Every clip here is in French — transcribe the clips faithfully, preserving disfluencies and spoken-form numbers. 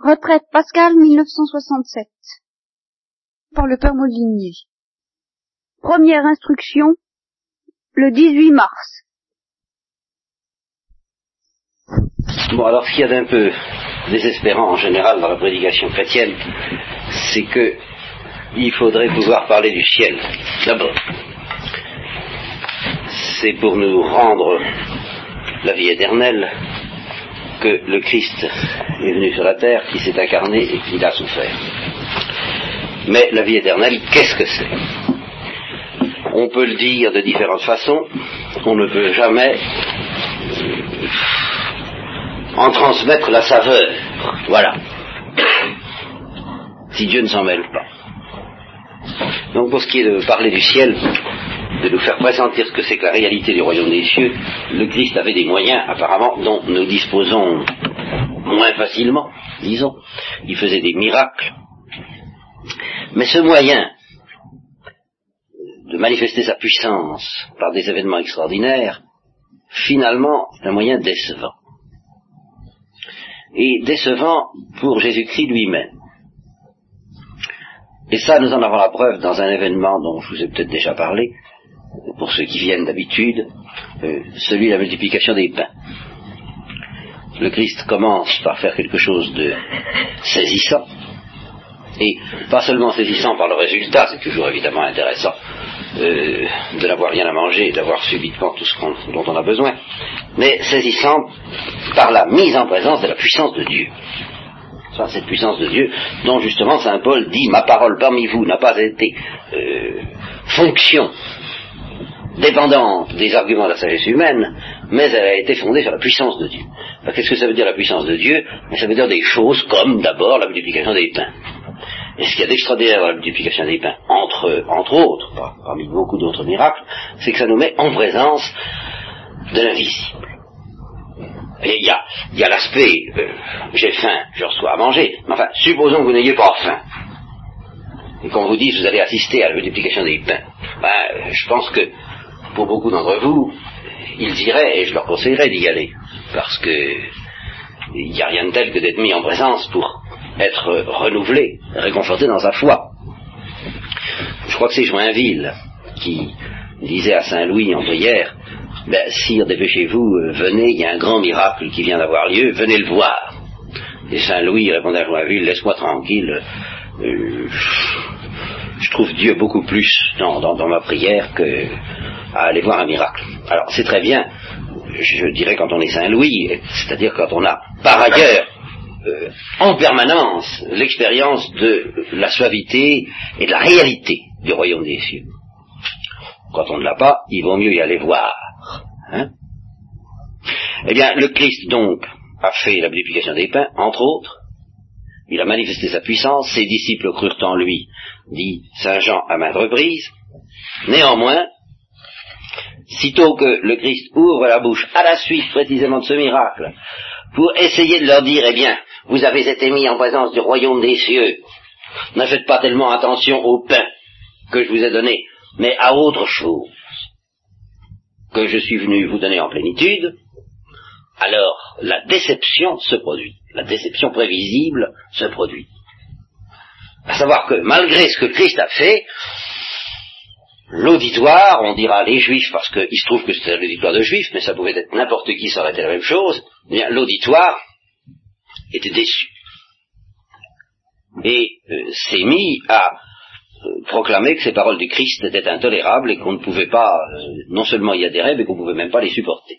Retraite Pascal, mille neuf cent soixante-sept. Par le père Molinier. Première instruction, le dix-huit mars. Bon, alors, ce qu'il y a d'un peu désespérant en général dans la prédication chrétienne, c'est que il faudrait pouvoir parler du ciel. D'abord, c'est pour nous rendre la vie éternelle que le Christ est venu sur la terre, qui s'est incarné et qu'il a souffert. Mais la vie éternelle, qu'est-ce que c'est? On peut le dire de différentes façons, on ne peut jamais en transmettre la saveur. Voilà. Si Dieu ne s'en mêle pas. Donc pour ce qui est de parler du ciel, de nous faire pressentir ce que c'est que la réalité du royaume des cieux, le Christ avait des moyens apparemment dont nous disposons moins facilement, disons. Il faisait des miracles. Mais ce moyen de manifester sa puissance par des événements extraordinaires, finalement, est un moyen décevant. Et décevant pour Jésus-Christ lui-même. Et ça, nous en avons la preuve dans un événement dont je vous ai peut-être déjà parlé, pour ceux qui viennent d'habitude, euh, celui de la multiplication des pains. Le Christ commence par faire quelque chose de saisissant, et pas seulement saisissant par le résultat, c'est toujours évidemment intéressant euh, de n'avoir rien à manger et d'avoir subitement tout ce qu'on, dont on a besoin, mais saisissant par la mise en présence de la puissance de Dieu. Enfin, cette puissance de Dieu dont justement saint Paul dit « Ma parole parmi vous n'a pas été euh, fonction dépendante des arguments de la sagesse humaine, mais elle a été fondée sur la puissance de Dieu. » Alors, qu'est-ce que ça veut dire la puissance de Dieu? Ça veut dire des choses comme d'abord la multiplication des pains. Et ce qu'il y a d'extraordinaire dans la multiplication des pains, entre, entre autres, parmi beaucoup d'autres miracles, c'est que ça nous met en présence de l'invisible. Et il y a, il y a l'aspect, euh, j'ai faim, je reçois à manger, mais enfin, supposons que vous n'ayez pas faim, et qu'on vous dise vous allez assister à la multiplication des pains, ben, je pense que, pour beaucoup d'entre vous, ils iraient, et je leur conseillerais d'y aller, parce que il n'y a rien de tel que d'être mis en présence pour être renouvelé, réconforté dans sa foi. Je crois que c'est Joinville qui disait à Saint Louis en prière, ben, sire, dépêchez-vous, euh, venez, il y a un grand miracle qui vient d'avoir lieu, venez le voir. Et Saint Louis répondait à Joinville, laisse-moi tranquille, euh, je trouve Dieu beaucoup plus dans, dans, dans ma prière que à aller voir un miracle. Alors c'est très bien, je dirais quand on est Saint Louis, c'est-à-dire quand on a par ailleurs euh, en permanence l'expérience de la suavité et de la réalité du royaume des cieux. Quand on ne l'a pas, il vaut mieux y aller voir. Hein? Eh bien, le Christ, donc, a fait la multiplication des pains, entre autres. Il a manifesté sa puissance, ses disciples crurent en lui, dit saint Jean à maintes reprises. Néanmoins, sitôt que le Christ ouvre la bouche, à la suite précisément de ce miracle, pour essayer de leur dire, eh bien, vous avez été mis en présence du royaume des cieux, ne faites pas tellement attention au pain que je vous ai donné, mais à autre chose que je suis venu vous donner en plénitude, alors la déception se produit, la déception prévisible se produit. À savoir que malgré ce que Christ a fait, l'auditoire, on dira les Juifs, parce qu'il se trouve que c'était l'auditoire de Juifs, mais ça pouvait être n'importe qui, ça aurait été la même chose, eh bien l'auditoire était déçu. Et euh, s'est mis à proclamer que ces paroles du Christ étaient intolérables et qu'on ne pouvait pas euh, non seulement y adhérer, mais qu'on ne pouvait même pas les supporter.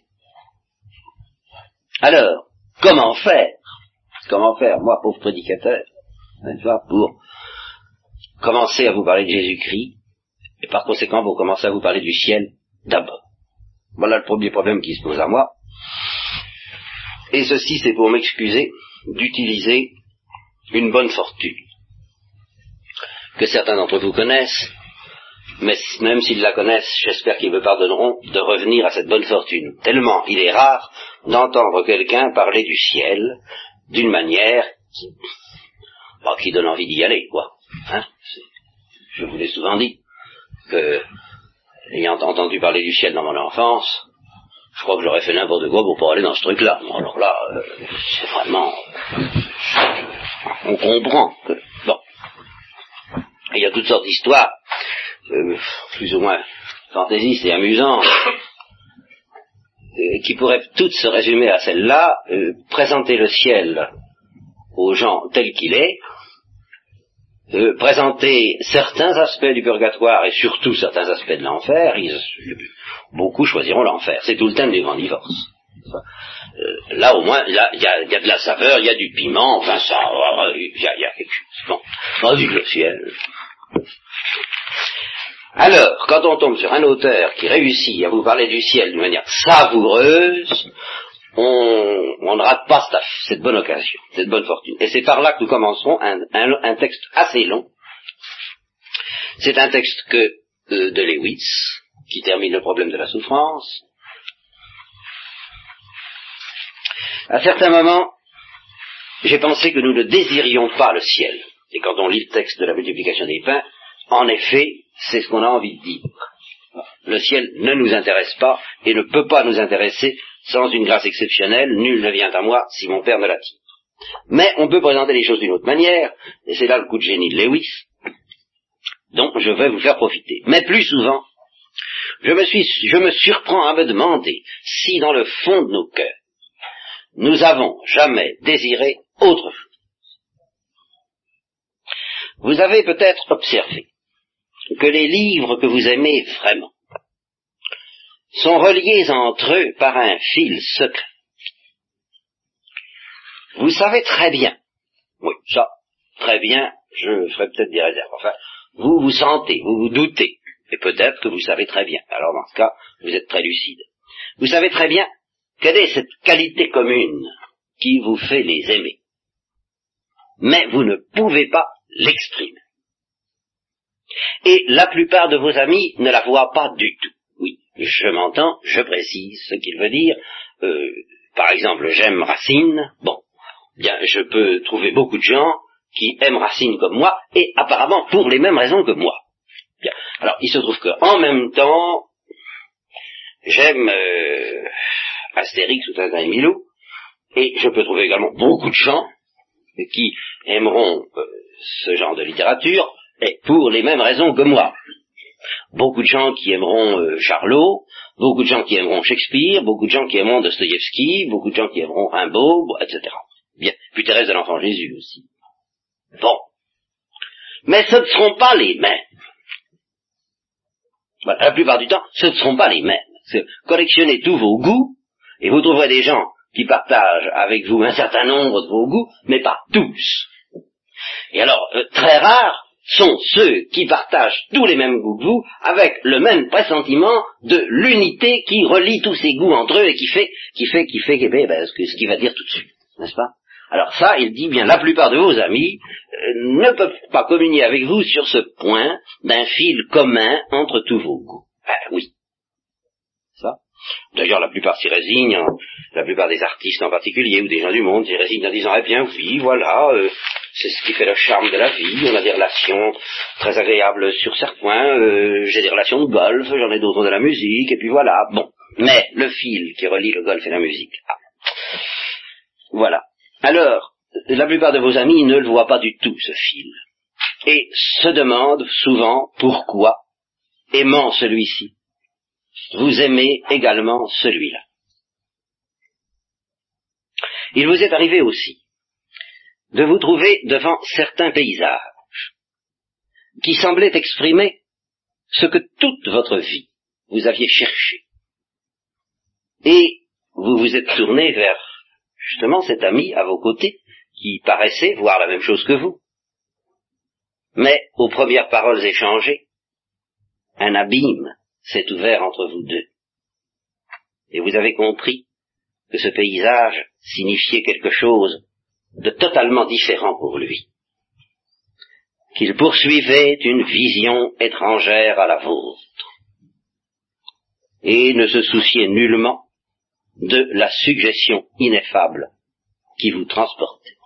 Alors, comment faire Comment faire, moi, pauvre prédicateur, hein, tu vois, pour commencer à vous parler de Jésus-Christ, et par conséquent, pour commencer à vous parler du ciel d'abord. Voilà le premier problème qui se pose à moi. Et ceci, c'est pour m'excuser d'utiliser une bonne fortune que certains d'entre vous connaissent, mais même s'ils la connaissent, j'espère qu'ils me pardonneront de revenir à cette bonne fortune. Tellement il est rare d'entendre quelqu'un parler du ciel d'une manière qui, bah, qui donne envie d'y aller, quoi. Hein, je vous l'ai souvent dit, que, ayant entendu parler du ciel dans mon enfance, je crois que j'aurais fait n'importe quoi pour pas aller dans ce truc-là. Alors là, euh, c'est vraiment... on comprend que, bon, il y a toutes sortes d'histoires, euh, plus ou moins fantaisistes et amusantes, euh, qui pourraient toutes se résumer à celle-là, euh, présenter le ciel aux gens tel qu'il est, euh, présenter certains aspects du purgatoire et surtout certains aspects de l'enfer. Ils, beaucoup choisiront l'enfer. C'est tout le thème du grand divorce. Euh, là au moins, il y a, y, a, y a de la saveur, il y a du piment, enfin ça, il y a, y a quelque chose. Bon, tandis que le ciel. Alors, quand on tombe sur un auteur qui réussit à vous parler du ciel d'une manière savoureuse, on, on ne rate pas cette, cette bonne occasion, cette bonne fortune. Et c'est par là que nous commencerons un, un, un texte assez long. C'est un texte que euh, de Lewis, qui termine le problème de la souffrance. À certains moments, j'ai pensé que nous ne désirions pas le ciel. Et quand on lit le texte de la multiplication des pains, en effet, c'est ce qu'on a envie de dire. Le ciel ne nous intéresse pas et ne peut pas nous intéresser sans une grâce exceptionnelle. Nul ne vient à moi si mon Père ne l'attire. Mais on peut présenter les choses d'une autre manière, et c'est là le coup de génie de Lewis, dont je vais vous faire profiter. Mais plus souvent, je me, suis, je me surprends à me demander si dans le fond de nos cœurs, nous avons jamais désiré autre chose. Vous avez peut-être observé que les livres que vous aimez vraiment sont reliés entre eux par un fil secret. Vous savez très bien, oui, ça, très bien, je ferai peut-être des réserves, enfin, vous vous sentez, vous vous doutez, et peut-être que vous savez très bien, alors dans ce cas, vous êtes très lucide. Vous savez très bien quelle est cette qualité commune qui vous fait les aimer, mais vous ne pouvez pas l'exprimer. Et la plupart de vos amis ne la voient pas du tout. Oui, je m'entends, je précise ce qu'il veut dire. Euh, par exemple, j'aime Racine. Bon, bien, je peux trouver beaucoup de gens qui aiment Racine comme moi, et apparemment pour les mêmes raisons que moi. Bien. Alors, il se trouve que en même temps, j'aime euh, Astérix ou Tintin et Milou, et je peux trouver également beaucoup de gens qui aimeront euh, ce genre de littérature, et pour les mêmes raisons que moi. Beaucoup de gens qui aimeront euh, Charlot, beaucoup de gens qui aimeront Shakespeare, beaucoup de gens qui aimeront Dostoïevski, beaucoup de gens qui aimeront Rimbaud, et cetera. Bien, puis Thérèse de l'Enfant Jésus aussi. Bon. Mais ce ne seront pas les mêmes. Voilà, la plupart du temps, ce ne seront pas les mêmes. Parce que collectionnez tous vos goûts, et vous trouverez des gens qui partagent avec vous un certain nombre de vos goûts, mais pas tous. Et alors, euh, très rares sont ceux qui partagent tous les mêmes goûts que vous, avec le même pressentiment de l'unité qui relie tous ces goûts entre eux et qui fait, qui fait, qui fait, qui fait ben, ce, que, ce qu'il va dire tout de suite, n'est-ce pas? Alors ça, il dit bien, la plupart de vos amis euh, ne peuvent pas communier avec vous sur ce point d'un fil commun entre tous vos goûts. Ah oui. Ça. D'ailleurs, la plupart s'y résignent, hein, la plupart des artistes en particulier, ou des gens du monde s'y résignent en disant, eh bien oui, voilà, euh, c'est ce qui fait le charme de la vie, on a des relations très agréables sur certains points, euh, j'ai des relations de golf, j'en ai d'autres de la musique, et puis voilà, bon. Mais le fil qui relie le golf et la musique, ah. Voilà. Alors, la plupart de vos amis ne le voient pas du tout, ce fil, et se demandent souvent pourquoi, aimant celui-ci, vous aimez également celui-là. Il vous est arrivé aussi de vous trouver devant certains paysages qui semblaient exprimer ce que toute votre vie vous aviez cherché. Et vous vous êtes tourné vers justement cet ami à vos côtés qui paraissait voir la même chose que vous. Mais aux premières paroles échangées, un abîme s'est ouvert entre vous deux. Et vous avez compris que ce paysage signifiait quelque chose de totalement différent pour lui. Qu'il poursuivait une vision étrangère à la vôtre. Et ne se souciait nullement de la suggestion ineffable qui vous transportait.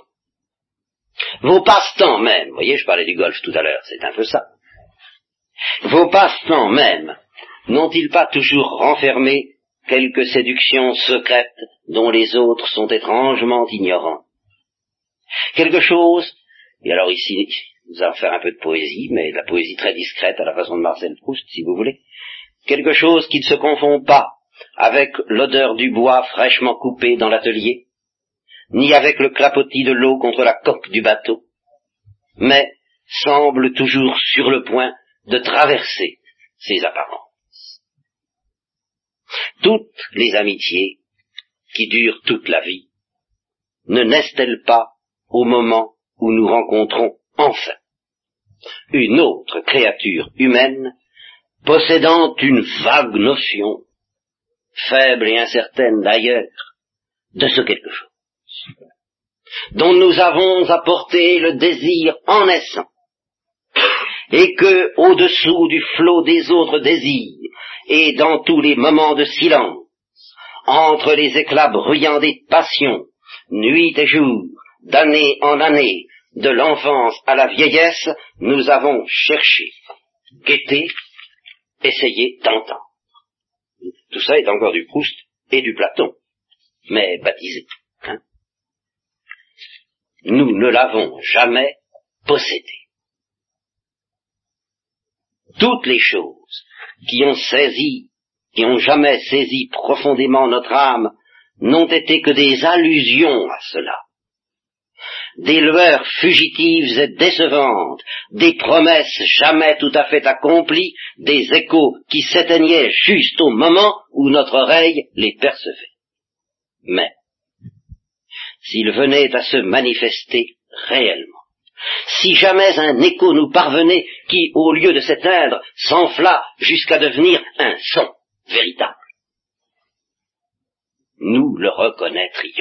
Vos passe-temps même, vous voyez, je parlais du golf tout à l'heure, c'est un peu ça. Vos passe-temps même n'ont-ils pas toujours renfermé quelques séductions secrètes dont les autres sont étrangement ignorants? quelque chose, et alors ici, nous allons faire un peu de poésie, mais de la poésie très discrète à la façon de Marcel Proust, si vous voulez, quelque chose qui ne se confond pas avec l'odeur du bois fraîchement coupé dans l'atelier, ni avec le clapotis de l'eau contre la coque du bateau, mais semble toujours sur le point de traverser ces apparences. Toutes les amitiés qui durent toute la vie ne naissent-elles pas au moment où nous rencontrons enfin une autre créature humaine possédant une vague notion, faible et incertaine d'ailleurs, de ce quelque chose, dont nous avons apporté le désir en naissant, et que, au-dessous du flot des autres désirs, et dans tous les moments de silence, entre les éclats bruyants des passions, nuit et jour, d'année en année, de l'enfance à la vieillesse, nous avons cherché, guetté, essayé d'entendre. Tout ça est encore du Proust et du Platon, mais baptisé. Hein. Nous ne l'avons jamais possédé. Toutes les choses qui ont saisi, qui ont jamais saisi profondément notre âme, n'ont été que des allusions à cela. Des lueurs fugitives et décevantes, des promesses jamais tout à fait accomplies, des échos qui s'éteignaient juste au moment où notre oreille les percevait. Mais, s'ils venaient à se manifester réellement, si jamais un écho nous parvenait qui, au lieu de s'éteindre, s'enfla jusqu'à devenir un son véritable, nous le reconnaîtrions.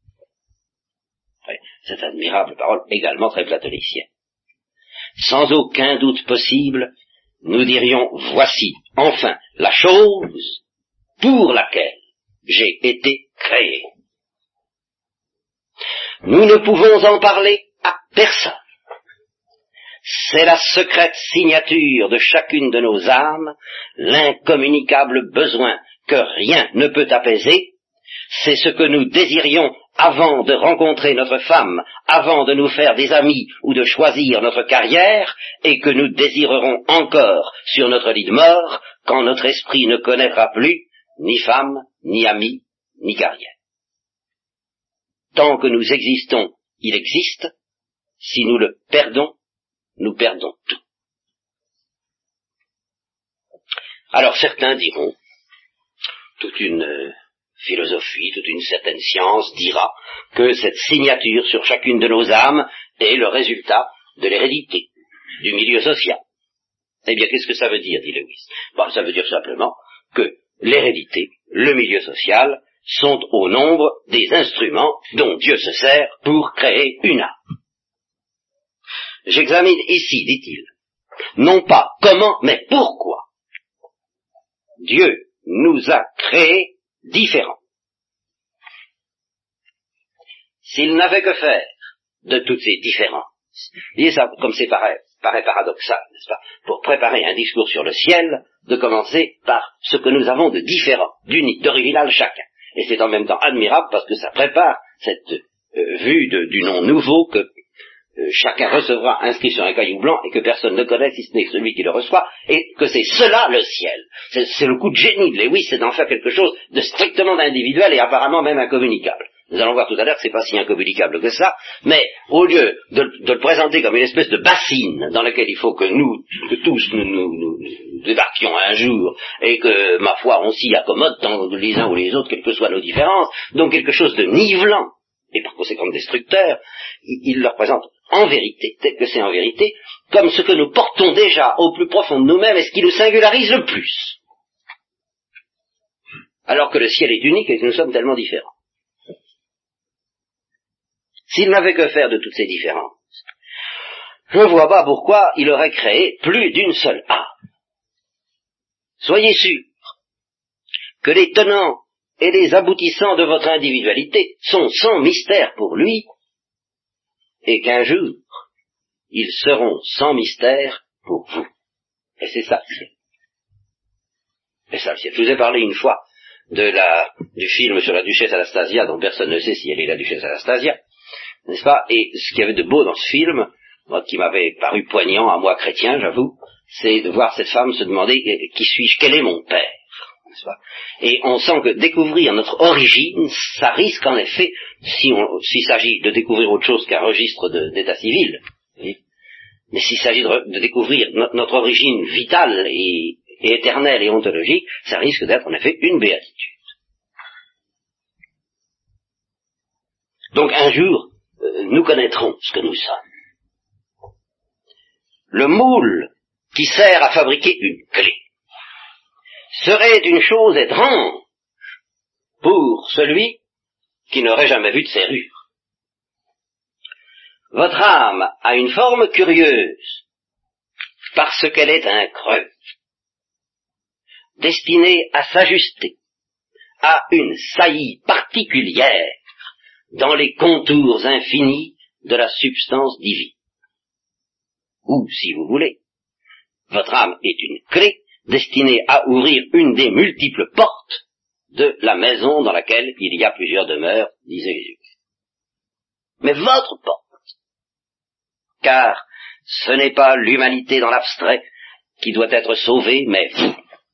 Cette admirable parole, également très platonicienne. Sans aucun doute possible, nous dirions, voici, enfin, la chose pour laquelle j'ai été créé. Nous ne pouvons en parler à personne. C'est la secrète signature de chacune de nos âmes, l'incommunicable besoin que rien ne peut apaiser. C'est ce que nous désirions avant de rencontrer notre femme, avant de nous faire des amis ou de choisir notre carrière, et que nous désirerons encore sur notre lit de mort, quand notre esprit ne connaîtra plus ni femme, ni ami, ni carrière. Tant que nous existons, il existe. Si nous le perdons, nous perdons tout. Alors certains diront, toute une philosophie, toute une certaine science dira que cette signature sur chacune de nos âmes est le résultat de l'hérédité, du milieu social. Eh bien, qu'est-ce que ça veut dire, dit Lewis? Bon, ça veut dire simplement que l'hérédité, le milieu social, sont au nombre des instruments dont Dieu se sert pour créer une âme. J'examine ici, dit-il, non pas comment, mais pourquoi Dieu nous a créés différents. S'il n'avait que faire de toutes ces différences, voyez ça, comme c'est paraît, paraît paradoxal, n'est-ce pas, pour préparer un discours sur le ciel, de commencer par ce que nous avons de différent, d'unique, d'original chacun. Et c'est en même temps admirable parce que ça prépare cette euh, vue de, du nom nouveau que euh, chacun recevra inscrit sur un caillou blanc et que personne ne connaît si ce n'est celui qui le reçoit, et que c'est cela le ciel. C'est, c'est le coup de génie de Lewis, c'est d'en faire quelque chose de strictement individuel et apparemment même incommunicable. Nous allons voir tout à l'heure que c'est pas si incommunicable que ça, mais au lieu de, de le présenter comme une espèce de bassine dans laquelle il faut que nous, que tous nous, nous, nous, nous débarquions un jour et que, ma foi, on s'y accommode tant les uns ou les autres, quelles que soient nos différences, donc quelque chose de nivelant et par conséquent destructeur, il, il le représente en vérité, tel que c'est en vérité, comme ce que nous portons déjà au plus profond de nous-mêmes et ce qui nous singularise le plus. Alors que le ciel est unique et que nous sommes tellement différents. S'il n'avait que faire de toutes ces différences, je ne vois pas pourquoi il aurait créé plus d'une seule âme. Soyez sûrs que les tenants et les aboutissants de votre individualité sont sans mystère pour lui, et qu'un jour, ils seront sans mystère pour vous. Et c'est ça le ciel. Et ça le ciel. Je vous ai parlé une fois de la, du film sur la duchesse Anastasia, dont personne ne sait si elle est la duchesse Anastasia. n'est-ce pas? Et ce qu'il y avait de beau dans ce film, moi, qui m'avait paru poignant à moi chrétien, j'avoue, c'est de voir cette femme se demander qui suis-je, quel est mon père, n'est-ce pas? Et on sent que découvrir notre origine, ça risque en effet, si on, s'il s'agit de découvrir autre chose qu'un registre de, d'état civil, oui, mais s'il s'agit de, de découvrir no, notre origine vitale et, et éternelle et ontologique, ça risque d'être en effet une béatitude. Donc un jour, euh, nous connaîtrons ce que nous sommes. Le moule qui sert à fabriquer une clé serait une chose étrange pour celui qui n'aurait jamais vu de serrure. Votre âme a une forme curieuse parce qu'elle est un creux, destinée à s'ajuster à une saillie particulière dans les contours infinis de la substance divine. Ou, si vous voulez, votre âme est une clé destinée à ouvrir une des multiples portes de la maison dans laquelle il y a plusieurs demeures, disait Jésus. Mais votre porte, car ce n'est pas l'humanité dans l'abstrait qui doit être sauvée, mais vous.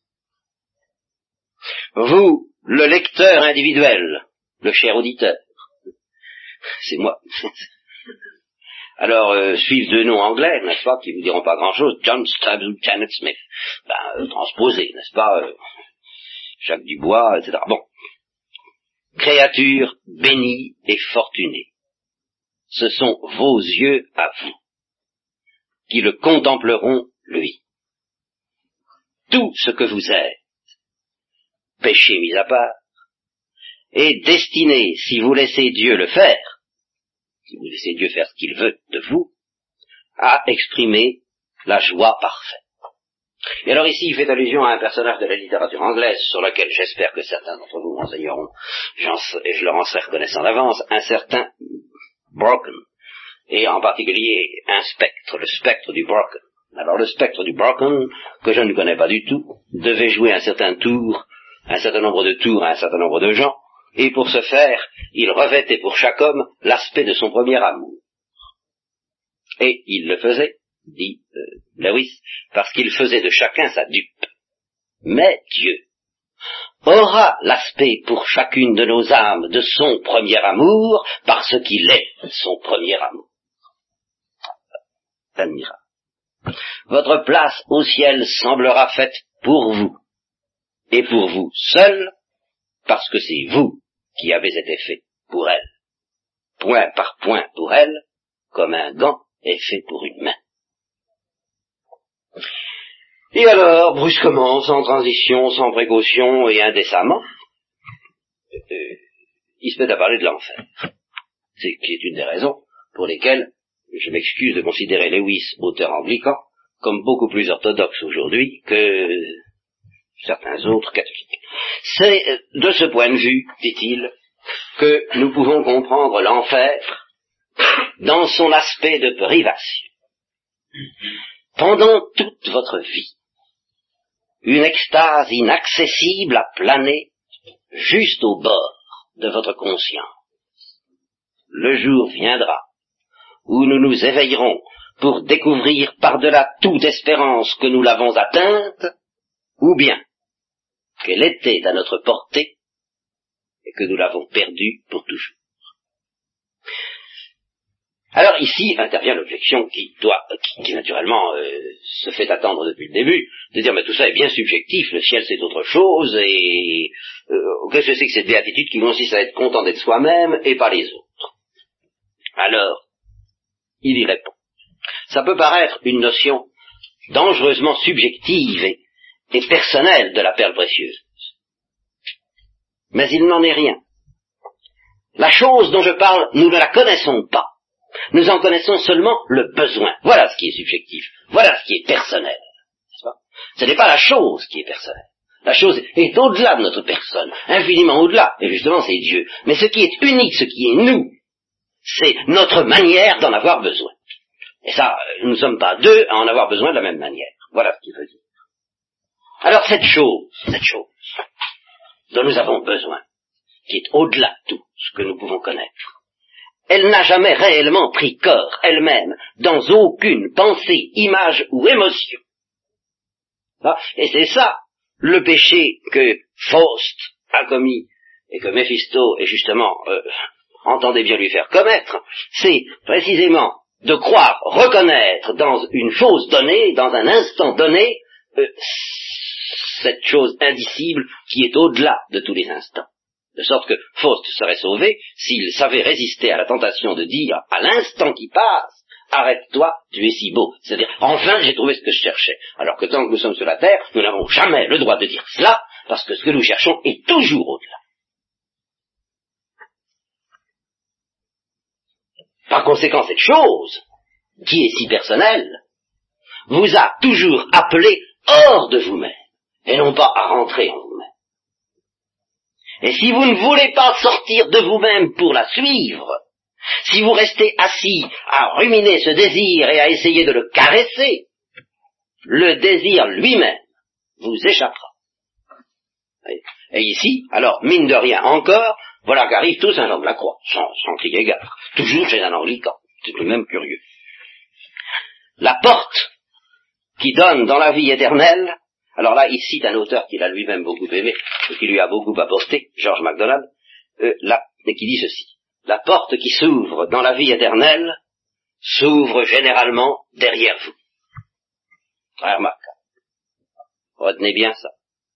Vous, le lecteur individuel, le cher auditeur. C'est moi. Alors, euh, suivent deux noms anglais, n'est-ce pas, qui vous diront pas grand-chose, John Stubbs ou Janet Smith. Ben, euh, transposé, n'est-ce pas, euh, Jacques Dubois, et cetera. Bon. Créatures bénies et fortunées. Ce sont vos yeux à vous, qui le contempleront, lui. Tout ce que vous êtes, péché mis à part, est destiné, si vous laissez Dieu le faire, si vous laissez Dieu faire ce qu'il veut de vous, à exprimer la joie parfaite. Et alors ici, il fait allusion à un personnage de la littérature anglaise, sur lequel j'espère que certains d'entre vous m'enseigneront, et je leur en serai reconnaissant d'avance, un certain Brocken, et en particulier un spectre, le spectre du Brocken. Alors le spectre du Brocken, que je ne connais pas du tout, devait jouer un certain tour, un certain nombre de tours à un certain nombre de gens, et pour ce faire, il revêtait pour chaque homme l'aspect de son premier amour. Et il le faisait, dit euh, Lewis, parce qu'il faisait de chacun sa dupe. Mais Dieu aura l'aspect pour chacune de nos âmes de son premier amour, parce qu'il est son premier amour. Admirable. Votre place au ciel semblera faite pour vous, et pour vous seul, parce que c'est vous qui avez été fait pour elle, point par point pour elle, comme un gant est fait pour une main. Et alors, brusquement, sans transition, sans précaution et indécemment, euh, il se met à parler de l'enfer. C'est qui est une des raisons pour lesquelles je m'excuse de considérer Lewis, auteur anglican, comme beaucoup plus orthodoxe aujourd'hui que certains autres catholiques. C'est de ce point de vue, dit-il, que nous pouvons comprendre l'enfer dans son aspect de privation. Pendant toute votre vie, une extase inaccessible a plané juste au bord de votre conscience. Le jour viendra où nous nous éveillerons pour découvrir par-delà toute espérance que nous l'avons atteinte, ou bien qu'elle était à notre portée et que nous l'avons perdue pour toujours. Alors ici intervient l'objection qui doit, qui, qui naturellement euh, se fait attendre depuis le début, de dire mais tout ça est bien subjectif, le ciel c'est autre chose, et euh, qu'est-ce que c'est que cette béatitude qui consiste à être content d'être soi-même et pas les autres? Alors, il y répond. Ça peut paraître une notion dangereusement subjective et, et personnelle de la perle précieuse, mais il n'en est rien. La chose dont je parle, nous ne la connaissons pas. Nous en connaissons seulement le besoin. Voilà ce qui est subjectif. Voilà ce qui est personnel. N'est-ce pas? Ce n'est pas la chose qui est personnelle. La chose est au-delà de notre personne, infiniment au-delà. Et justement, c'est Dieu. Mais ce qui est unique, ce qui est nous, c'est notre manière d'en avoir besoin. Et ça, nous ne sommes pas deux à en avoir besoin de la même manière. Voilà ce qu'il veut dire. Alors cette chose, cette chose dont nous avons besoin, qui est au-delà de tout ce que nous pouvons connaître, elle n'a jamais réellement pris corps elle-même dans aucune pensée, image ou émotion. Et c'est ça le péché que Faust a commis et que Méphisto est justement euh, entendait bien lui faire commettre, c'est précisément de croire reconnaître dans une chose donnée, dans un instant donné, euh, cette chose indicible qui est au-delà de tous les instants. De sorte que Faust serait sauvé s'il savait résister à la tentation de dire à l'instant qui passe, arrête-toi, tu es si beau. C'est-à-dire, enfin j'ai trouvé ce que je cherchais. Alors que tant que nous sommes sur la terre, nous n'avons jamais le droit de dire cela, parce que ce que nous cherchons est toujours au-delà. Par conséquent, cette chose, qui est si personnelle, vous a toujours appelé hors de vous-même, et non pas à rentrer en vous-même. Et si vous ne voulez pas sortir de vous-même pour la suivre, si vous restez assis à ruminer ce désir et à essayer de le caresser, le désir lui-même vous échappera. Et ici, alors, mine de rien encore, voilà qu'arrive tout Saint Jean de la Croix, sans, sans crier gare, toujours chez un anglican, c'est tout de même curieux. La porte qui donne dans la vie éternelle, alors là, il cite un auteur qu'il a lui-même beaucoup aimé, et qui lui a beaucoup apporté, George MacDonald, euh, là, et qui dit ceci: la porte qui s'ouvre dans la vie éternelle s'ouvre généralement derrière vous. Très remarquable. Retenez bien ça.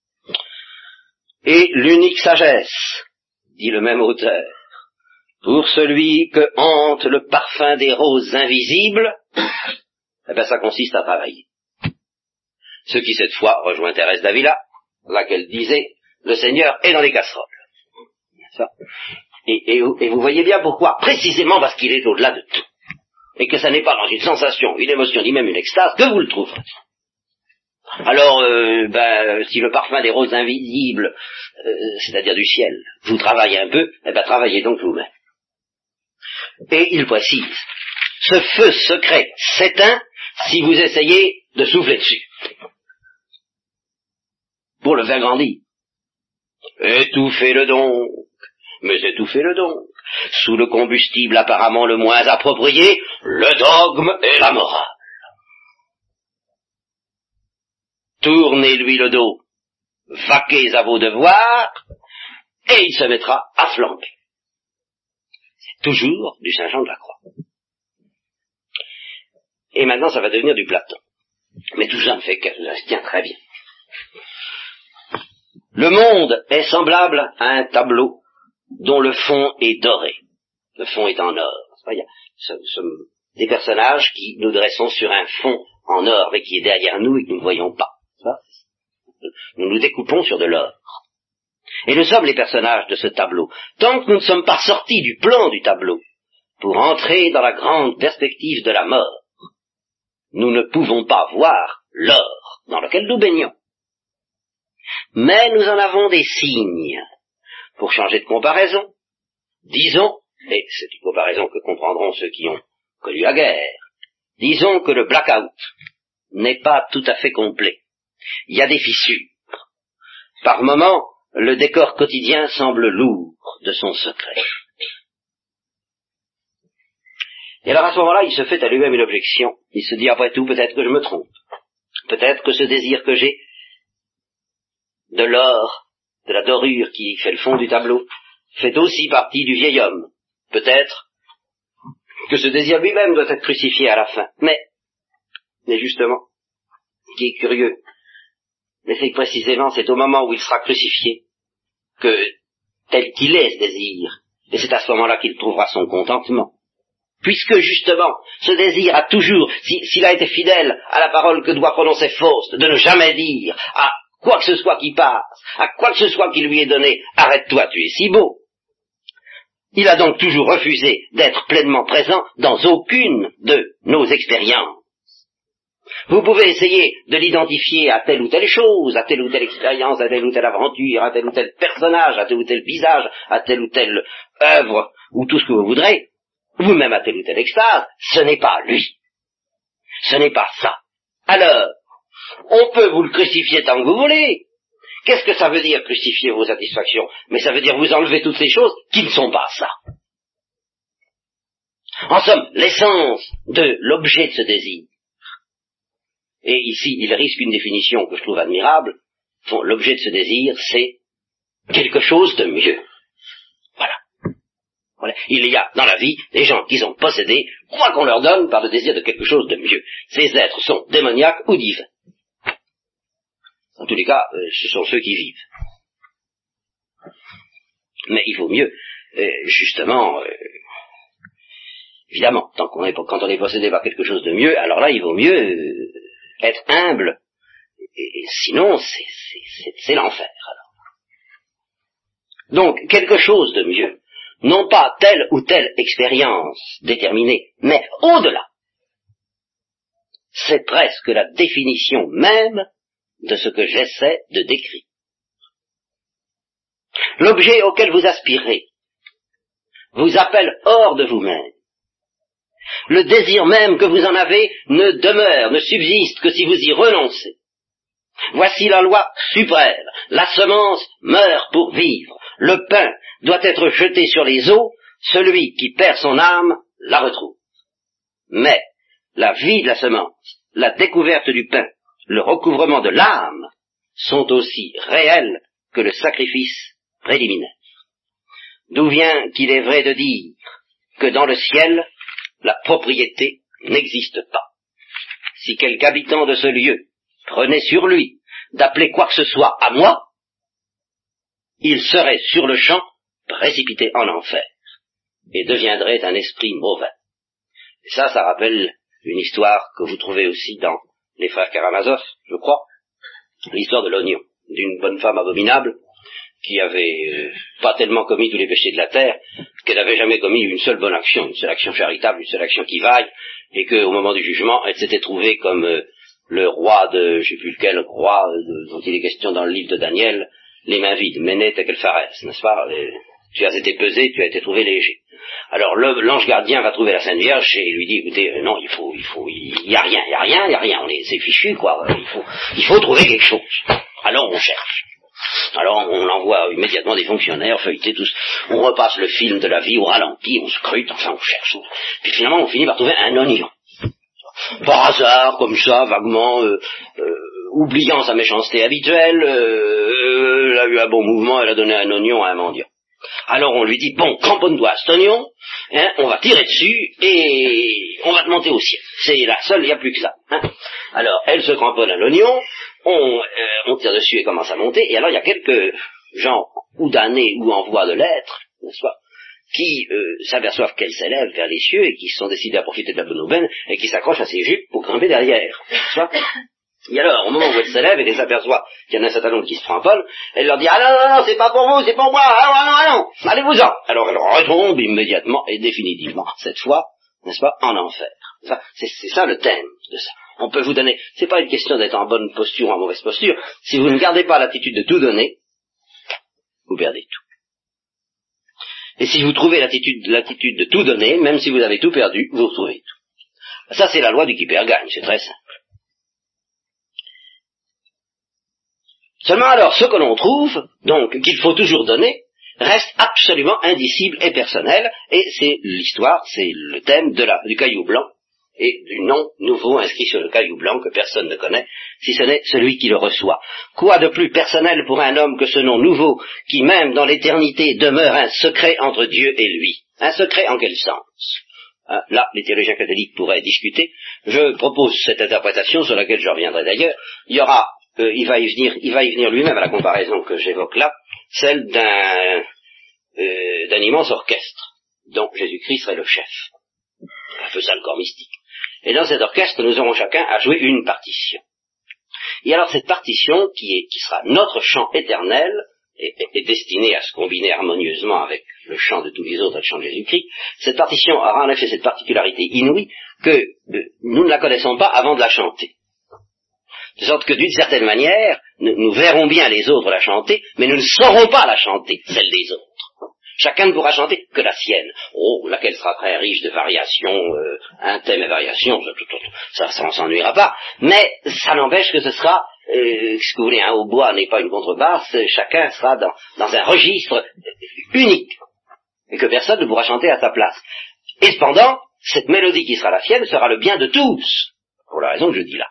Et l'unique sagesse, dit le même auteur, pour celui que hante le parfum des roses invisibles, eh bien ça consiste à travailler. Ce qui cette fois rejoint Thérèse d'Avila, laquelle disait, le Seigneur est dans les casseroles. Ça. Et, et, et vous voyez bien pourquoi, précisément parce qu'il est au-delà de tout. Et que ça n'est pas dans une sensation, une émotion, ni même une extase, que vous le trouverez. Alors, euh, ben, si le parfum des roses invisibles, euh, c'est-à-dire du ciel, vous travaille un peu, eh ben, travaillez donc vous-même. Et il précise, ce feu secret s'éteint si vous essayez de souffler dessus, pour le faire grandir. Étouffez-le donc, mais étouffez-le donc, sous le combustible apparemment le moins approprié, le dogme et la morale. Tournez-lui le dos, vaquez à vos devoirs, et il se mettra à flamber. C'est toujours du Saint Jean de la Croix. Et maintenant, ça va devenir du Platon. Mais tout ça me fait que ça se tient très bien. Le monde est semblable à un tableau dont le fond est doré. Le fond est en or. Il y a ce, ce, des personnages qui nous dressons sur un fond en or, mais qui est derrière nous et que nous ne voyons pas. Nous nous découpons sur de l'or. Et nous sommes les personnages de ce tableau. Tant que nous ne sommes pas sortis du plan du tableau pour entrer dans la grande perspective de la mort, nous ne pouvons pas voir l'or dans lequel nous baignons. Mais nous en avons des signes. Pour changer de comparaison, disons, et c'est une comparaison que comprendront ceux qui ont connu la guerre, disons que le blackout n'est pas tout à fait complet. Il y a des fissures. Par moments, le décor quotidien semble lourd de son secret. Et alors à ce moment-là, il se fait à lui-même une objection. Il se dit, après tout, peut-être que je me trompe. Peut-être que ce désir que j'ai de l'or, de la dorure qui fait le fond du tableau, fait aussi partie du vieil homme. Peut-être que ce désir lui-même doit être crucifié à la fin. Mais, mais justement, ce qui est curieux, mais c'est que précisément c'est au moment où il sera crucifié que, tel qu'il est ce désir, et c'est à ce moment-là qu'il trouvera son contentement. Puisque justement, ce désir a toujours, si, s'il a été fidèle à la parole que doit prononcer Faust, de ne jamais dire à quoi que ce soit qui passe, à quoi que ce soit qui lui est donné, arrête-toi, tu es si beau. Il a donc toujours refusé d'être pleinement présent dans aucune de nos expériences. Vous pouvez essayer de l'identifier à telle ou telle chose, à telle ou telle expérience, à telle ou telle aventure, à tel ou tel personnage, à tel ou tel visage, à telle ou telle œuvre, ou tout ce que vous voudrez, vous-même à telle ou telle extase, ce n'est pas lui. Ce n'est pas ça. Alors, on peut vous le crucifier tant que vous voulez. Qu'est-ce que ça veut dire, crucifier vos satisfactions? Mais ça veut dire vous enlever toutes ces choses qui ne sont pas ça. En somme, l'essence de l'objet de ce désir. Et ici, il risque une définition que je trouve admirable. Bon, l'objet de ce désir, c'est quelque chose de mieux. Voilà. Voilà. Il y a dans la vie des gens qui sont possédés, quoi qu'on leur donne, par le désir de quelque chose de mieux. Ces êtres sont démoniaques ou divins. En tous les cas, euh, ce sont ceux qui vivent. Mais il vaut mieux, euh, justement, euh, évidemment, tant qu'on est, quand on est possédé par quelque chose de mieux, alors là, il vaut mieux euh, être humble. Et, et sinon, c'est, c'est, c'est, c'est l'enfer. Alors. Donc, quelque chose de mieux. Non pas telle ou telle expérience déterminée, mais au-delà. C'est presque la définition même de ce que j'essaie de décrire. L'objet auquel vous aspirez vous appelle hors de vous-même. Le désir même que vous en avez ne demeure, ne subsiste que si vous y renoncez. Voici la loi suprême. La semence meurt pour vivre. Le pain doit être jeté sur les eaux. Celui qui perd son âme la retrouve. Mais la vie de la semence, la découverte du pain, le recouvrement de l'âme sont aussi réels que le sacrifice préliminaire. D'où vient qu'il est vrai de dire que dans le ciel, la propriété n'existe pas. Si quelque habitant de ce lieu prenait sur lui d'appeler quoi que ce soit à moi, il serait sur le champ précipité en enfer et deviendrait un esprit mauvais. Et ça, ça rappelle une histoire que vous trouvez aussi dans les frères Karamazov, je crois, l'histoire de l'oignon, d'une bonne femme abominable qui avait euh, pas tellement commis tous les péchés de la terre, qu'elle n'avait jamais commis une seule bonne action, une seule action charitable, une seule action qui vaille, et qu'au moment du jugement, elle s'était trouvée comme euh, le roi de, je sais plus lequel roi de, dont il est question dans le livre de Daniel, les mains vides, Méné Tekel Phares, n'est-ce pas? Les, tu as été pesé, tu as été trouvé léger. Alors le, l'ange gardien va trouver la Sainte Vierge et lui dit, écoutez, euh, non, il faut, il faut, il y a rien, il y a rien, il y a rien, on est, c'est fichu, quoi, il faut, il faut trouver quelque chose. Alors on cherche. Alors on envoie immédiatement des fonctionnaires feuilleter tous, on repasse le film de la vie au ralenti, on scrute, enfin on cherche. Puis finalement on finit par trouver un oignon. Par hasard, comme ça, vaguement, euh, euh, oubliant sa méchanceté habituelle, euh, elle a eu un bon mouvement, elle a donné un oignon à un mendiant. Alors on lui dit, bon, cramponne-toi à cet oignon, hein, on va tirer dessus et on va te monter au ciel. C'est la seule, il n'y a plus que ça. Hein. Alors elle se cramponne à l'oignon, on, euh, on tire dessus et commence à monter, et alors il y a quelques gens, ou damnés ou en voie de l'être, n'est-ce pas, qui euh, s'aperçoivent qu'elle s'élève vers les cieux et qui sont décidés à profiter de la bonne aubaine et qui s'accrochent à ses jupes pour grimper derrière. n'est-ce pas. Et alors, au moment où elle s'élève et qu'elle s'aperçoit qu'il y en a un certain nombre qui se cramponnent, elle leur dit, ah non, non, non, c'est pas pour vous, c'est pour moi, ah non, ah non, allez-vous-en. Alors elle retombe immédiatement et définitivement, cette fois, n'est-ce pas, en enfer. Ça, c'est, c'est ça le thème de ça. On peut vous donner, c'est pas une question d'être en bonne posture ou en mauvaise posture, si vous ne gardez pas l'attitude de tout donner, vous perdez tout. Et si vous trouvez l'attitude, l'attitude de tout donner, même si vous avez tout perdu, vous retrouvez tout. Ça, c'est la loi du qui perd gagne, c'est très simple. Seulement alors, ce que l'on trouve, donc, qu'il faut toujours donner, reste absolument indicible et personnel, et c'est l'histoire, c'est le thème de la, du caillou blanc, et du nom nouveau inscrit sur le caillou blanc que personne ne connaît, si ce n'est celui qui le reçoit. Quoi de plus personnel pour un homme que ce nom nouveau, qui même dans l'éternité demeure un secret entre Dieu et lui? Un secret en quel sens? Hein, là, les théologiens catholiques pourraient discuter. Je propose cette interprétation, sur laquelle je reviendrai d'ailleurs. Il y aura, euh, il va y venir, il va y venir lui-même à la comparaison que j'évoque là, celle d'un, euh, d'un immense orchestre, dont Jésus-Christ serait le chef. Un peu ça le corps mystique. Et dans cet orchestre, nous aurons chacun à jouer une partition. Et alors cette partition, qui, est, qui sera notre chant éternel, est, est destinée à se combiner harmonieusement avec le chant de tous les autres, le chant de Jésus-Christ, cette partition aura en effet cette particularité inouïe que euh, nous ne la connaissons pas avant de la chanter. De sorte que d'une certaine manière, nous, nous verrons bien les autres la chanter, mais nous ne saurons pas la chanter, celle des autres. Chacun ne pourra chanter que la sienne. Oh, laquelle sera très riche de variations, euh, un thème et variations, ça, ça on s'ennuiera pas. Mais ça n'empêche que ce sera, euh, ce que vous voulez, un hautbois n'est pas une contrebasse, chacun sera dans, dans un registre unique, et que personne ne pourra chanter à sa place. Et cependant, cette mélodie qui sera la sienne sera le bien de tous, pour la raison que je dis là.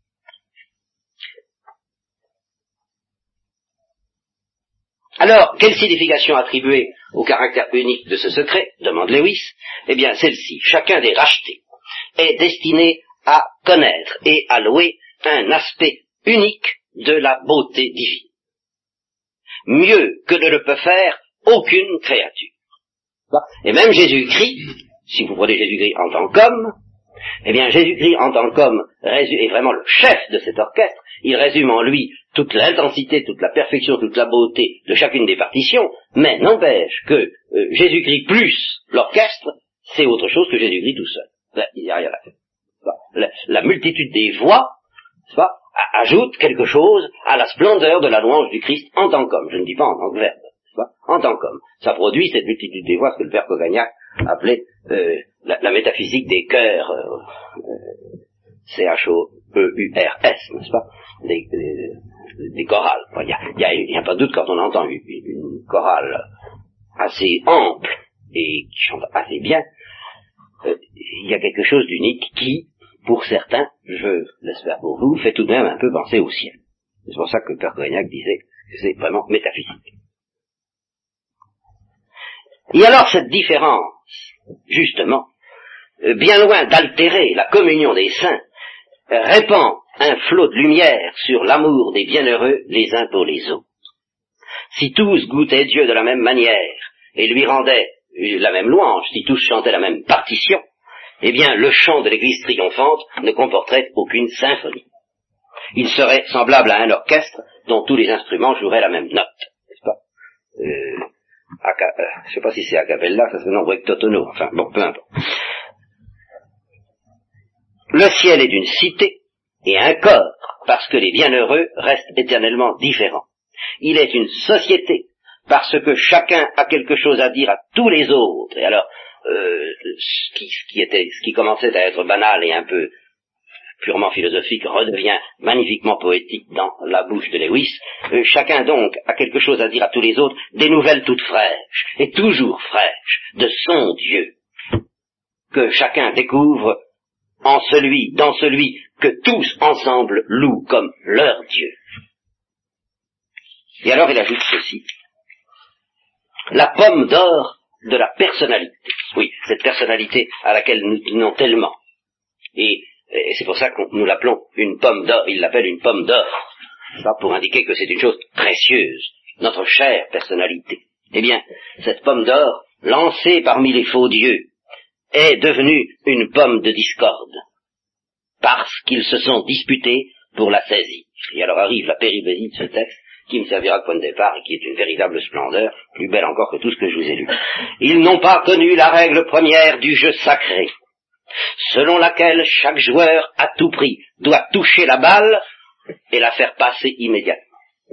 Alors, quelle signification attribuer au caractère unique de ce secret, demande Lewis? Eh bien, celle-ci, chacun des rachetés est destiné à connaître et à louer un aspect unique de la beauté divine, mieux que ne le peut faire aucune créature. Et même Jésus-Christ, si vous prenez Jésus-Christ en tant qu'homme, eh bien Jésus-Christ en tant qu'homme est vraiment le chef de cet orchestre. Il résume en lui toute l'intensité, toute la perfection, toute la beauté de chacune des partitions, mais n'empêche que euh, Jésus-Christ plus l'orchestre, c'est autre chose que Jésus-Christ tout seul. Là, il n'y a rien à faire. La, la multitude des voix, pas, ajoute quelque chose à la splendeur de la louange du Christ en tant qu'homme. Je ne dis pas en tant que verbe, pas, en tant qu'homme. Ça produit cette multitude des voix, ce que le père Cogagnac appelait euh, la, la métaphysique des chœurs, euh, euh, C H O E U R S, n'est-ce pas, des, des, des chorales. Il n'y a, y a, y a pas de doute quand on entend une, une chorale assez ample et qui chante assez bien, il euh, y a quelque chose d'unique qui, pour certains, je l'espère pour vous, fait tout de même un peu penser au ciel. C'est pour ça que le père Cogagnac disait que c'est vraiment métaphysique. Et alors cette différence, justement, euh, bien loin d'altérer la communion des saints, euh, répand un flot de lumière sur l'amour des bienheureux les uns pour les autres. Si tous goûtaient Dieu de la même manière et lui rendaient la même louange, si tous chantaient la même partition, eh bien le chant de l'église triomphante ne comporterait aucune symphonie. Il serait semblable à un orchestre dont tous les instruments joueraient la même note, n'est-ce pas euh, euh, Je ne sais pas si c'est a cappella, ça se nomme rectotono, enfin bon, peu importe. Le ciel est d'une cité et un corps, parce que les bienheureux restent éternellement différents. Il est une société, parce que chacun a quelque chose à dire à tous les autres. Et alors, euh, ce, qui, ce, qui était, ce qui commençait à être banal et un peu purement philosophique redevient magnifiquement poétique dans la bouche de Lewis. Euh, chacun donc a quelque chose à dire à tous les autres, des nouvelles toutes fraîches, et toujours fraîches, de son Dieu, que chacun découvre en celui, dans celui que tous ensemble louent comme leur Dieu. Et alors il ajoute ceci: la pomme d'or de la personnalité. Oui, cette personnalité à laquelle nous tenons tellement. Et, et c'est pour ça que nous l'appelons une pomme d'or. Il l'appelle une pomme d'or, ça pour indiquer que c'est une chose précieuse, notre chère personnalité. Eh bien, cette pomme d'or, lancée parmi les faux dieux, est devenue une pomme de discorde, parce qu'ils se sont disputés pour la saisir. Et alors arrive la péripétie de ce texte, qui me servira de point de départ et qui est une véritable splendeur, plus belle encore que tout ce que je vous ai lu. Ils n'ont pas connu la règle première du jeu sacré, selon laquelle chaque joueur, à tout prix, doit toucher la balle et la faire passer immédiatement.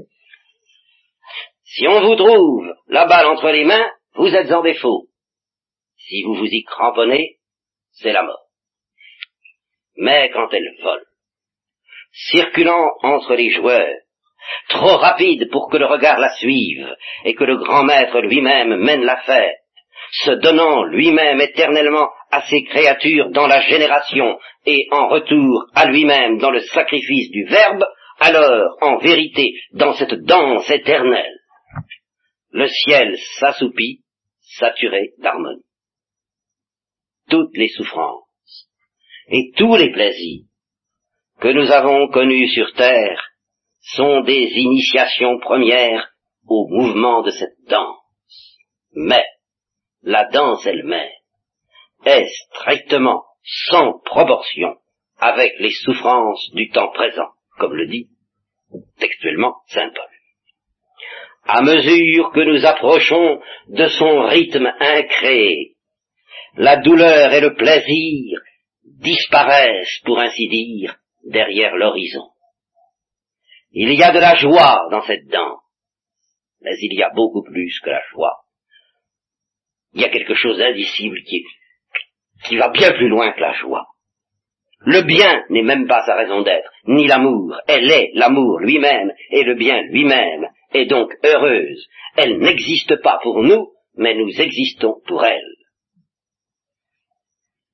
Si on vous trouve la balle entre les mains, vous êtes en défaut. Si vous vous y cramponnez, c'est la mort. Mais quand elle vole, circulant entre les joueurs, trop rapide pour que le regard la suive, et que le grand maître lui-même mène la fête, se donnant lui-même éternellement à ses créatures dans la génération, et en retour à lui-même dans le sacrifice du Verbe, alors, en vérité, dans cette danse éternelle, le ciel s'assoupit, saturé d'harmonie. Toutes les souffrances et tous les plaisirs que nous avons connus sur terre sont des initiations premières au mouvement de cette danse. Mais la danse elle-même est strictement sans proportion avec les souffrances du temps présent, comme le dit textuellement saint Paul. À mesure que nous approchons de son rythme incréé, la douleur et le plaisir disparaissent, pour ainsi dire, derrière l'horizon. Il y a de la joie dans cette danse, mais il y a beaucoup plus que la joie. Il y a quelque chose d'indicible qui, qui va bien plus loin que la joie. Le bien n'est même pas sa raison d'être, ni l'amour. Elle est l'amour lui-même, et le bien lui-même est donc heureuse. Elle n'existe pas pour nous, mais nous existons pour elle.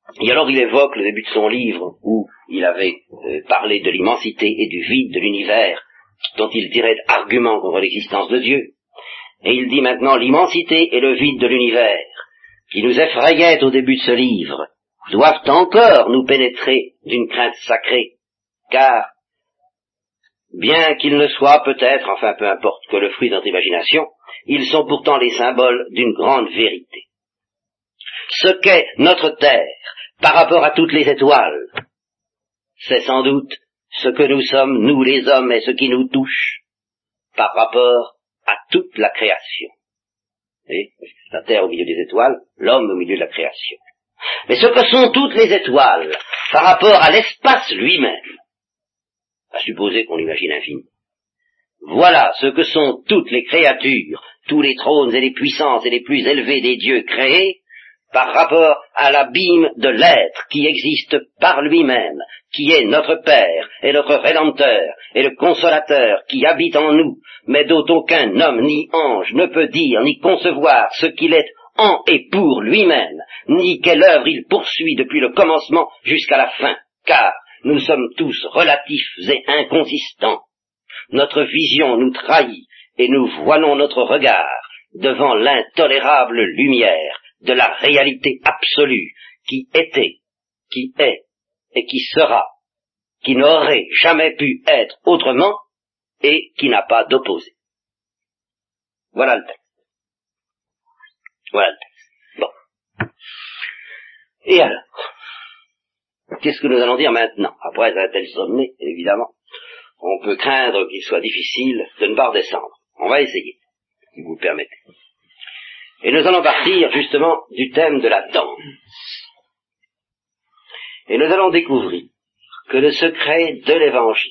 Et alors il évoque le début de son livre où il avait euh, parlé de l'immensité et du vide de l'univers dont il tirait argument contre l'existence de Dieu. Et il dit maintenant l'immensité et le vide de l'univers qui nous effrayaient au début de ce livre doivent encore nous pénétrer d'une crainte sacrée, car bien qu'ils ne soient peut-être, enfin peu importe, que le fruit de notre imagination, ils sont pourtant les symboles d'une grande vérité. Ce qu'est notre terre par rapport à toutes les étoiles, c'est sans doute ce que nous sommes, nous les hommes, et ce qui nous touche par rapport à toute la création. Et la terre au milieu des étoiles, l'homme au milieu de la création. Mais ce que sont toutes les étoiles par rapport à l'espace lui-même, à supposer qu'on l'imagine infini, voilà ce que sont toutes les créatures, tous les trônes et les puissances et les plus élevés des dieux créés, par rapport à l'abîme de l'être qui existe par lui-même, qui est notre Père et notre Rédempteur et le Consolateur qui habite en nous, mais dont aucun homme ni ange ne peut dire ni concevoir ce qu'il est en et pour lui-même, ni quelle œuvre il poursuit depuis le commencement jusqu'à la fin, car nous sommes tous relatifs et inconsistants. Notre vision nous trahit et nous voilons notre regard devant l'intolérable lumière de la réalité absolue qui était, qui est et qui sera, qui n'aurait jamais pu être autrement et qui n'a pas d'opposé. Voilà le texte. Voilà le texte. Bon. Et alors, qu'est-ce que nous allons dire maintenant? Après un tel sommet, évidemment, on peut craindre qu'il soit difficile de ne pas redescendre. On va essayer, si vous le permettez. Et nous allons partir justement du thème de la danse. Et nous allons découvrir que le secret de l'Évangile,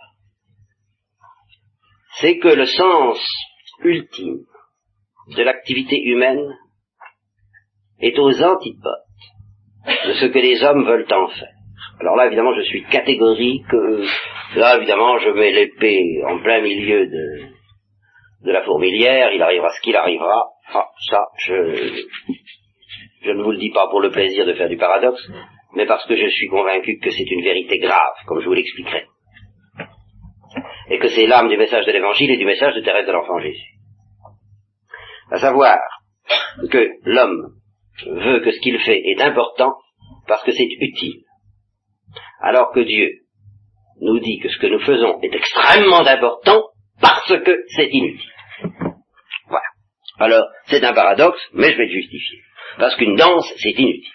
c'est que le sens ultime de l'activité humaine est aux antipodes de ce que les hommes veulent en faire. Alors là, évidemment, je suis catégorique. Là, évidemment, je mets l'épée en plein milieu de, de la fourmilière. Il arrivera ce qu'il arrivera. Ah, ça, je, je ne vous le dis pas pour le plaisir de faire du paradoxe, mais parce que je suis convaincu que c'est une vérité grave, comme je vous l'expliquerai. Et que c'est l'âme du message de l'Évangile et du message de Thérèse de l'Enfant Jésus. À savoir que l'homme veut que ce qu'il fait est important parce que c'est utile. Alors que Dieu nous dit que ce que nous faisons est extrêmement important parce que c'est inutile. Voilà. Alors, c'est un paradoxe, mais je vais le justifier. Parce qu'une danse, c'est inutile.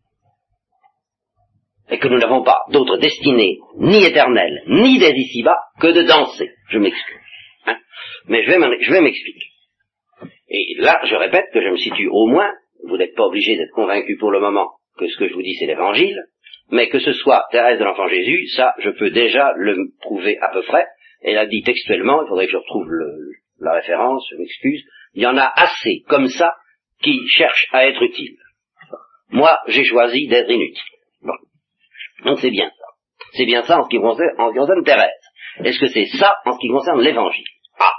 Et que nous n'avons pas d'autre destinée, ni éternelle, ni des ici-bas, que de danser. Je m'excuse. Hein, mais je vais, je vais m'expliquer. Et là, je répète que je me situe au moins, vous n'êtes pas obligé d'être convaincu pour le moment que ce que je vous dis c'est l'Évangile, mais que ce soit Thérèse de l'Enfant Jésus, ça, je peux déjà le prouver à peu près. Elle a dit textuellement, il faudrait que je retrouve le, la référence, je m'excuse, il y en a assez comme ça qui cherchent à être utiles. Moi, j'ai choisi d'être inutile. Bon. Donc c'est bien ça. C'est bien ça en ce qui concerne, en ce qui concerne Thérèse. Est-ce que c'est ça en ce qui concerne l'Évangile? Ah.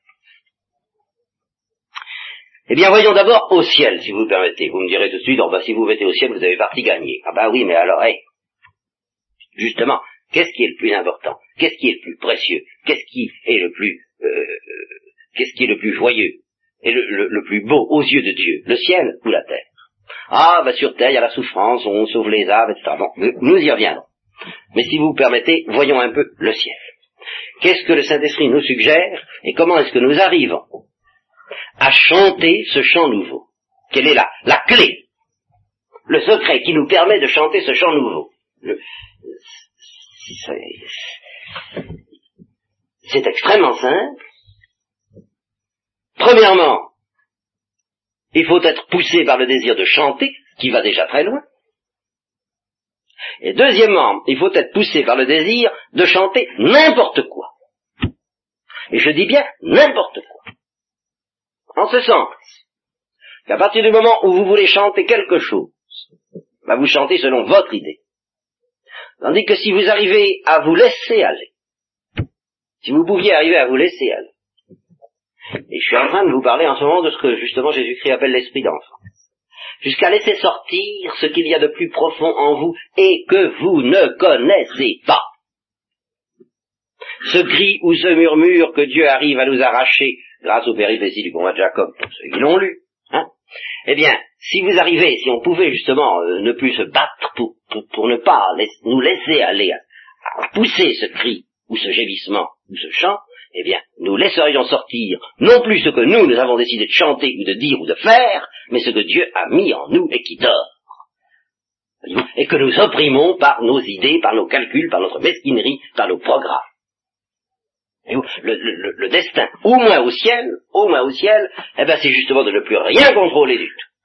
Eh bien, voyons d'abord au ciel, si vous me permettez. Vous me direz tout de suite, oh, bah, si vous mettez au ciel, vous avez parti gagné. Ah bah oui, mais alors, hey, justement, qu'est-ce qui est le plus important? Qu'est-ce qui est le plus précieux? Qu'est-ce qui est le plus, euh, qu'est-ce qui est le plus joyeux et le, le, le plus beau aux yeux de Dieu? Le ciel ou la terre? Ah, bah sur terre, il y a la souffrance, on sauve les âmes, et cetera. Bon, nous y reviendrons. Mais si vous me permettez, voyons un peu le ciel. Qu'est-ce que le Saint-Esprit nous suggère et comment est-ce que nous arrivons à chanter ce chant nouveau? Quelle est la, la clé, le secret qui nous permet de chanter ce chant nouveau? Le, c'est, c'est extrêmement simple. Premièrement, il faut être poussé par le désir de chanter, qui va déjà très loin. Et deuxièmement, il faut être poussé par le désir de chanter n'importe quoi. Et je dis bien n'importe quoi. En ce sens, qu'à partir du moment où vous voulez chanter quelque chose, bah vous chantez selon votre idée. Tandis que si vous arrivez à vous laisser aller, si vous pouviez arriver à vous laisser aller, et je suis en train de vous parler en ce moment de ce que justement Jésus-Christ appelle l'esprit d'enfant. jusqu'à laisser sortir ce qu'il y a de plus profond en vous et que vous ne connaissez pas. Ce cri ou ce murmure que Dieu arrive à nous arracher grâce aux péripéties du combat de Jacob, pour ceux qui l'ont lu, hein, eh bien, si vous arrivez, si on pouvait justement euh, ne plus se battre pour, pour, pour ne pas laisser, nous laisser aller à, à pousser ce cri ou ce gémissement ou ce chant, eh bien, nous laisserions sortir non plus ce que nous, nous avons décidé de chanter ou de dire ou de faire, mais ce que Dieu a mis en nous et qui dort. Et que nous opprimons par nos idées, par nos calculs, par notre mesquinerie, par nos programmes. Le, le, le destin, au moins au ciel, au moins au ciel, eh ben c'est justement de ne plus rien contrôler du tout.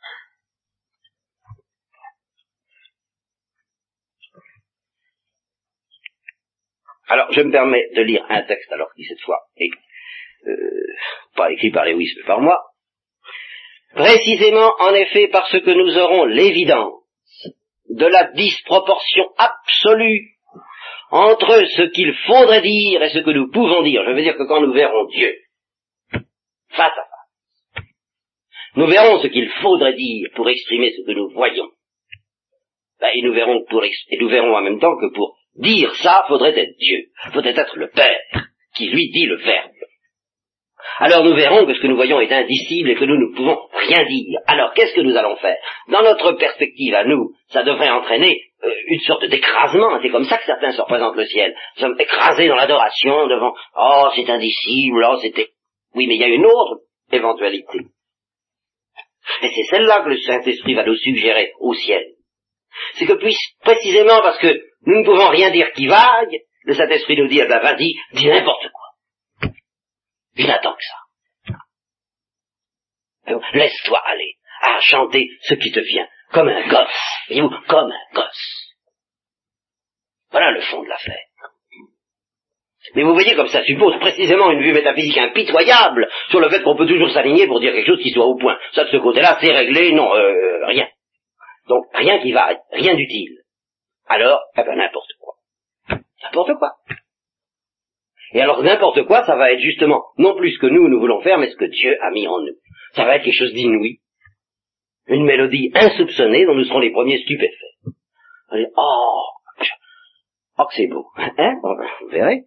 Alors, je me permets de lire un texte, alors qui cette fois est euh, pas écrit par Lewis, mais par moi. Précisément, en effet, parce que nous aurons l'évidence de la disproportion absolue entre ce qu'il faudrait dire et ce que nous pouvons dire. Je veux dire que quand nous verrons Dieu face à face, nous verrons ce qu'il faudrait dire pour exprimer ce que nous voyons. Ben, et, nous verrons pour ex- et nous verrons en même temps que pour dire ça, faudrait être Dieu, faudrait être le Père, qui lui dit le Verbe. Alors nous verrons que ce que nous voyons est indicible et que nous ne pouvons rien dire. Alors qu'est-ce que nous allons faire? Dans notre perspective à nous, ça devrait entraîner euh, une sorte d'écrasement. C'est comme ça que certains se représentent le ciel. Nous sommes écrasés dans l'adoration devant « Oh, c'est indicible, oh, c'était... » Oui, mais il y a une autre éventualité. Et c'est celle-là que le Saint-Esprit va nous suggérer au ciel. C'est que puis, précisément parce que nous ne pouvons rien dire qui vaille, le Saint-Esprit nous dit, eh ben, vas-y, dis n'importe quoi. Il n'attend que ça. Alors, laisse-toi aller à chanter ce qui te vient, comme un gosse, voyez-vous, comme un gosse. Voilà le fond de l'affaire. Mais vous voyez comme ça suppose précisément une vue métaphysique impitoyable sur le fait qu'on peut toujours s'aligner pour dire quelque chose qui soit au point. Ça, de ce côté-là, c'est réglé, non, euh, rien. Donc, rien qui va, rien d'utile. Alors, eh ben, n'importe quoi. N'importe quoi. Et alors, n'importe quoi, ça va être justement, non plus ce que nous, nous voulons faire, mais ce que Dieu a mis en nous. Ça va être quelque chose d'inouï. Une mélodie insoupçonnée dont nous serons les premiers stupéfaits. On va dire, oh, oh, que c'est beau. Hein? Vous verrez.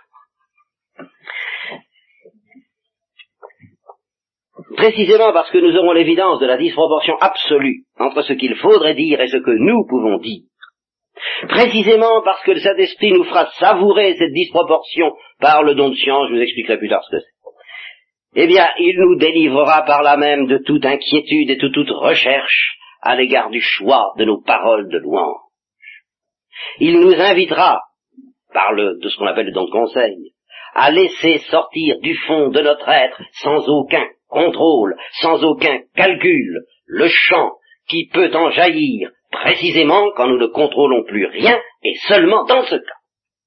Précisément parce que nous aurons l'évidence de la disproportion absolue entre ce qu'il faudrait dire et ce que nous pouvons dire. Précisément parce que le Saint-Esprit nous fera savourer cette disproportion par le don de science, je vous expliquerai plus tard ce que c'est. Eh bien, il nous délivrera par là même de toute inquiétude et de toute recherche à l'égard du choix de nos paroles de louange. Il nous invitera, par le, de ce qu'on appelle le don de conseil, à laisser sortir du fond de notre être, sans aucun contrôle, sans aucun calcul, le chant qui peut en jaillir précisément quand nous ne contrôlons plus rien et seulement dans ce cas.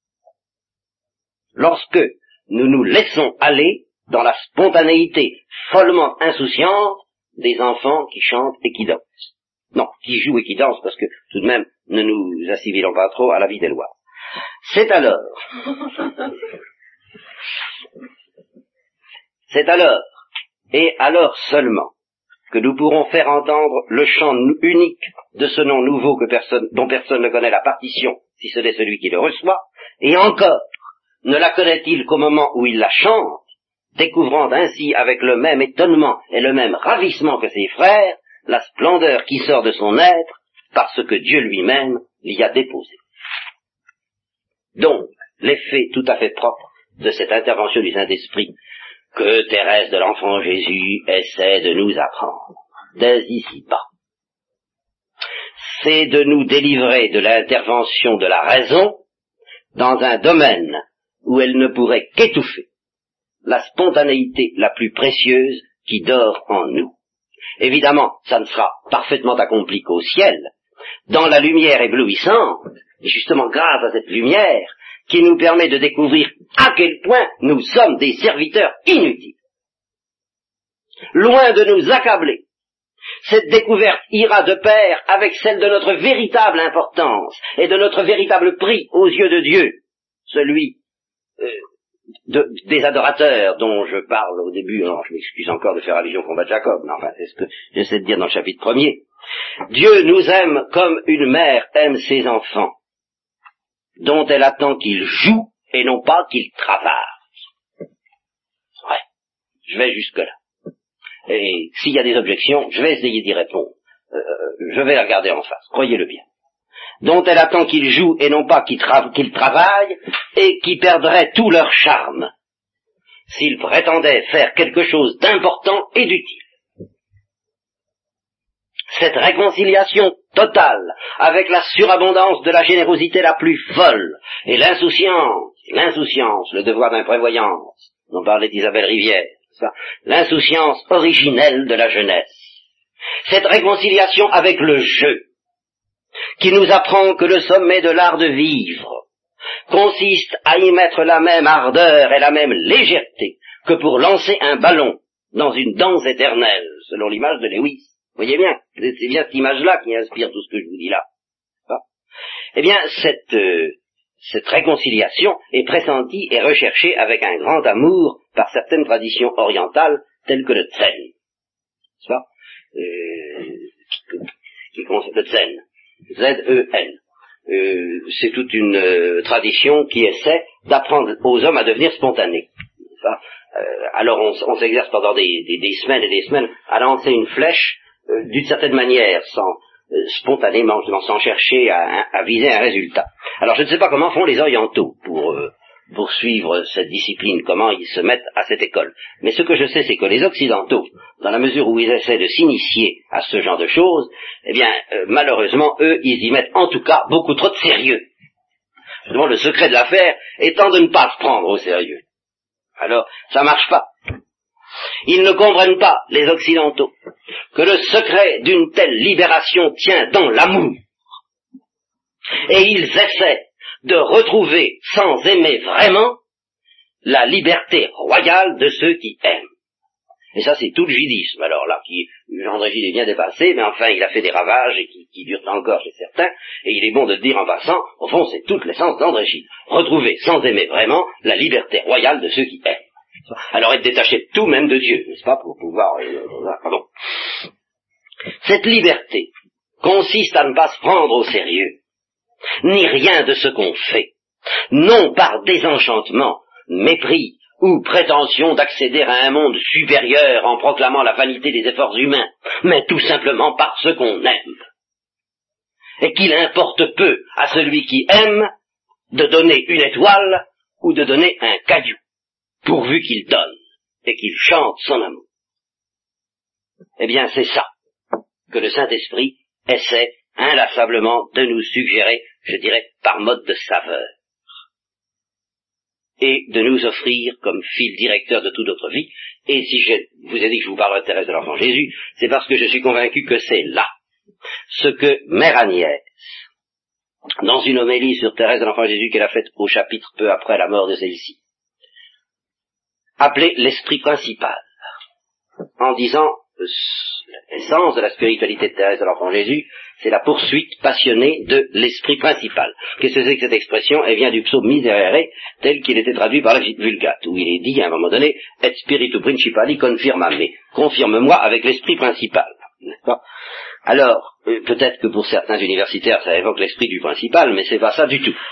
Lorsque nous nous laissons aller dans la spontanéité follement insouciante des enfants qui chantent et qui dansent. Non, qui jouent et qui dansent, parce que tout de même, ne nous assimilons pas trop à la vie des lois. C'est alors, c'est alors, et alors seulement, que nous pourrons faire entendre le chant unique de ce nom nouveau que personne, dont personne ne connaît la partition, si ce n'est celui qui le reçoit, et encore, ne la connaît-il qu'au moment où il la chante, découvrant ainsi avec le même étonnement et le même ravissement que ses frères, la splendeur qui sort de son être, parce que Dieu lui-même l'y a déposé. Donc, l'effet tout à fait propre de cette intervention du Saint-Esprit que Thérèse de l'Enfant Jésus essaie de nous apprendre, dès ici-bas, c'est de nous délivrer de l'intervention de la raison dans un domaine où elle ne pourrait qu'étouffer la spontanéité la plus précieuse qui dort en nous. Évidemment, ça ne sera parfaitement accompli qu'au ciel, dans la lumière éblouissante, et justement grâce à cette lumière, qui nous permet de découvrir à quel point nous sommes des serviteurs inutiles. Loin de nous accabler, cette découverte ira de pair avec celle de notre véritable importance et de notre véritable prix aux yeux de Dieu, celui euh, de, des adorateurs dont je parle au début. Alors, je m'excuse encore de faire allusion au combat de Jacob, mais enfin, c'est ce que j'essaie de dire dans le chapitre premier. Dieu nous aime comme une mère aime ses enfants, dont elle attend qu'ils jouent et non pas qu'ils travaillent. Ouais, je vais jusque-là. Et s'il y a des objections, je vais essayer d'y répondre. Euh, je vais la regarder en face, croyez-le bien. Dont elle attend qu'ils jouent et non pas qu'ils, tra- qu'ils travaillent, et qui perdraient tout leur charme s'ils prétendaient faire quelque chose d'important et d'utile. Cette réconciliation totale avec la surabondance de la générosité la plus folle, et l'insouciance, l'insouciance, le devoir d'imprévoyance, dont parlait Isabelle Rivière, ça, l'insouciance originelle de la jeunesse, cette réconciliation avec le jeu, qui nous apprend que le sommet de l'art de vivre consiste à y mettre la même ardeur et la même légèreté que pour lancer un ballon dans une danse éternelle, selon l'image de Lewis. Vous voyez bien, c'est bien cette image-là qui inspire tout ce que je vous dis là. Hein? Eh bien, cette, euh, cette réconciliation est pressentie et recherchée avec un grand amour par certaines traditions orientales telles que le Zen. C'est ça euh, qui, qui, le Zen. Z E N. Euh, c'est toute une euh, tradition qui essaie d'apprendre aux hommes à devenir spontanés. Ça, euh, alors on, on s'exerce pendant des, des, des semaines et des semaines à lancer une flèche euh, d'une certaine manière, sans euh, spontanément, sans chercher à, à viser un résultat. Alors je ne sais pas comment font les orientaux pour euh, poursuivre cette discipline, comment ils se mettent à cette école. Mais ce que je sais, c'est que les occidentaux, dans la mesure où ils essaient de s'initier à ce genre de choses, eh bien, euh, malheureusement, eux, ils y mettent en tout cas beaucoup trop de sérieux. Justement, le secret de l'affaire étant de ne pas se prendre au sérieux. Alors, ça marche pas. Ils ne comprennent pas, les occidentaux, que le secret d'une telle libération tient dans l'amour. Et ils essaient de retrouver, sans aimer vraiment, la liberté royale de ceux qui aiment. Et ça, c'est tout le gidisme, alors là, qui, André Gide est bien dépassé, mais enfin, il a fait des ravages et qui, qui durent encore chez certains, et il est bon de dire en passant, au fond, c'est toute l'essence d'André Gide. Retrouver, sans aimer vraiment, la liberté royale de ceux qui aiment. Alors être détaché de tout, même de Dieu, n'est-ce pas, pour pouvoir... Euh, pardon. Cette liberté consiste à ne pas se prendre au sérieux, ni rien de ce qu'on fait, non par désenchantement, mépris ou prétention d'accéder à un monde supérieur en proclamant la vanité des efforts humains, mais tout simplement par ce qu'on aime. Et qu'il importe peu à celui qui aime de donner une étoile ou de donner un caillou, pourvu qu'il donne et qu'il chante son amour. Eh bien, c'est ça que le Saint-Esprit essaie inlassablement de nous suggérer, je dirais, par mode de saveur, et de nous offrir comme fil directeur de toute notre vie. Et si je vous ai dit que je vous parlerai de Thérèse de l'Enfant Jésus, c'est parce que je suis convaincu que c'est là ce que Mère Agnès, dans une homélie sur Thérèse de l'Enfant Jésus qu'elle a faite au chapitre peu après la mort de celle-ci, appelait l'esprit principal, en disant l'essence de la spiritualité de Thérèse de l'Enfant Jésus, c'est la poursuite passionnée de l'esprit principal. Qu'est-ce que c'est que cette expression? Elle vient du psaume Miserere, tel qu'il était traduit par la Vulgate, où il est dit à un moment donné, et spiritu principali confirmame, confirme-moi avec l'esprit principal. Alors, euh, peut-être que pour certains universitaires, ça évoque l'esprit du principal, mais c'est pas ça du tout.